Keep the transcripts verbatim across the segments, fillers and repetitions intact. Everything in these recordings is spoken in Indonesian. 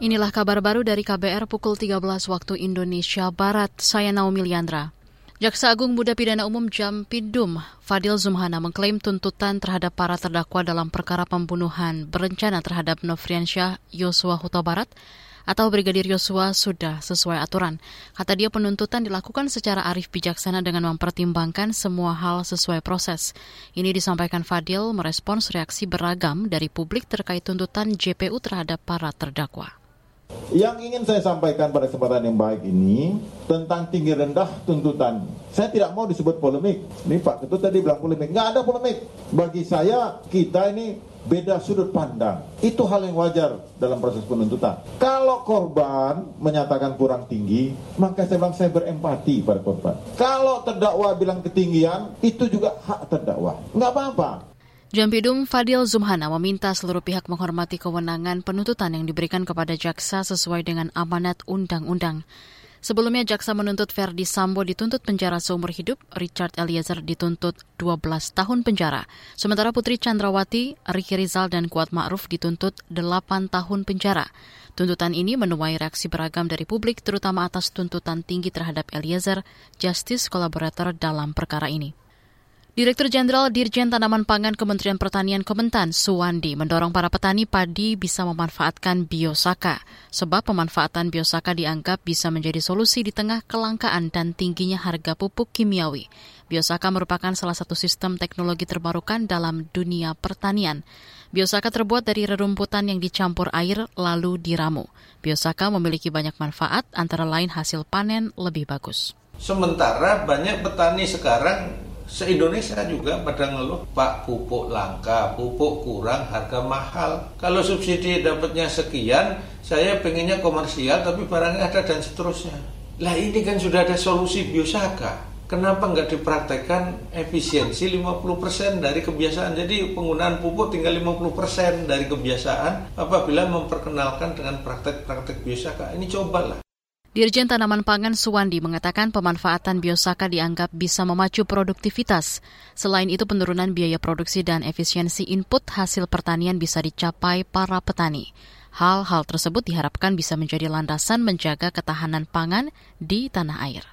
Inilah kabar baru dari K B R pukul tiga belas waktu Indonesia Barat. Saya Naomi Liandra. Jaksa Agung Muda Pidana Umum Jampidum, Fadil Zumhana mengklaim tuntutan terhadap para terdakwa dalam perkara pembunuhan berencana terhadap Nofriansyah Yosua Huta Barat atau Brigadir Yosua sudah sesuai aturan. Kata dia, penuntutan dilakukan secara arif bijaksana dengan mempertimbangkan semua hal sesuai proses. Ini disampaikan Fadil merespons reaksi beragam dari publik terkait tuntutan J P U terhadap para terdakwa. Yang ingin saya sampaikan pada kesempatan yang baik ini tentang tinggi rendah tuntutan. Saya tidak mau disebut polemik. Ini Pak Ketut tadi bilang polemik. Nggak ada polemik. Bagi saya, kita ini beda sudut pandang. Itu hal yang wajar dalam proses penuntutan. Kalau korban menyatakan kurang tinggi, maka saya bilang saya berempati pada korban. Kalau terdakwa bilang ketinggian, itu juga hak terdakwa. Nggak apa-apa. Jampidum Fadil Zumhana meminta seluruh pihak menghormati kewenangan penuntutan yang diberikan kepada jaksa sesuai dengan amanat undang-undang. Sebelumnya, jaksa menuntut Verdi Sambo dituntut penjara seumur hidup, Richard Eliezer dituntut dua belas tahun penjara. Sementara Putri Chandrawati, Ricky Rizal, dan Kuat Ma'ruf dituntut delapan tahun penjara. Tuntutan ini menuai reaksi beragam dari publik, terutama atas tuntutan tinggi terhadap Eliezer, justice collaborator dalam perkara ini. Direktur Jenderal Dirjen Tanaman Pangan Kementerian Pertanian Kementan, Suwandi, mendorong para petani padi bisa memanfaatkan biosaka, sebab pemanfaatan biosaka dianggap bisa menjadi solusi di tengah kelangkaan dan tingginya harga pupuk kimiawi. Biosaka merupakan salah satu sistem teknologi terbarukan dalam dunia pertanian. Biosaka terbuat dari rerumputan yang dicampur air lalu diramu. Biosaka memiliki banyak manfaat, antara lain hasil panen lebih bagus. Sementara banyak petani sekarang se-Indonesia juga pada ngeluh, Pak, pupuk langka, pupuk kurang, harga mahal. Kalau subsidi dapatnya sekian, saya pengennya komersial tapi barangnya ada dan seterusnya. Lah ini kan sudah ada solusi biosaka. Kenapa nggak dipraktekkan efisiensi lima puluh persen dari kebiasaan? Jadi penggunaan pupuk tinggal lima puluh persen dari kebiasaan apabila memperkenalkan dengan praktek-praktek biosaka. Ini cobalah. Dirjen Tanaman Pangan Suwandi mengatakan pemanfaatan biosaka dianggap bisa memacu produktivitas. Selain itu, penurunan biaya produksi dan efisiensi input hasil pertanian bisa dicapai para petani. Hal-hal tersebut diharapkan bisa menjadi landasan menjaga ketahanan pangan di tanah air.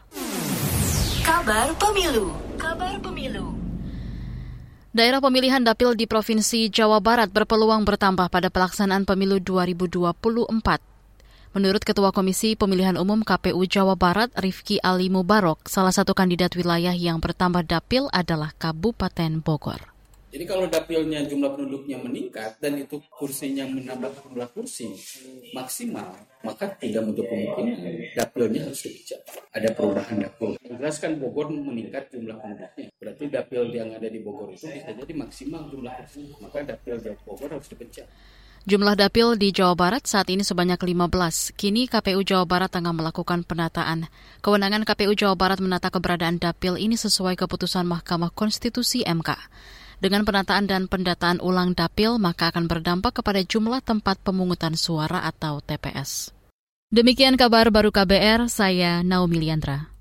Kabar Pemilu. Kabar Pemilu. Daerah pemilihan dapil di Provinsi Jawa Barat berpeluang bertambah pada pelaksanaan pemilu dua ribu dua puluh empat. Menurut Ketua Komisi Pemilihan Umum K P U Jawa Barat, Rifki Ali Mubarok, salah satu kandidat wilayah yang bertambah dapil adalah Kabupaten Bogor. Jadi kalau dapilnya jumlah penduduknya meningkat dan itu kursinya menambah jumlah kursi maksimal, maka tidak untuk kemungkinan dapilnya harus dipecah. Ada perubahan dapil. Jelaskan Bogor meningkat jumlah penduduknya. Berarti dapil yang ada di Bogor itu bisa jadi maksimal jumlah kursi. Maka dapil di Bogor harus dipecah. Jumlah dapil di Jawa Barat saat ini sebanyak lima belas. Kini K P U Jawa Barat tengah melakukan penataan. Kewenangan K P U Jawa Barat menata keberadaan dapil ini sesuai keputusan Mahkamah Konstitusi M K. Dengan penataan dan pendataan ulang dapil, maka akan berdampak kepada jumlah tempat pemungutan suara atau T P S. Demikian kabar baru K B R, saya Naomi Liandra.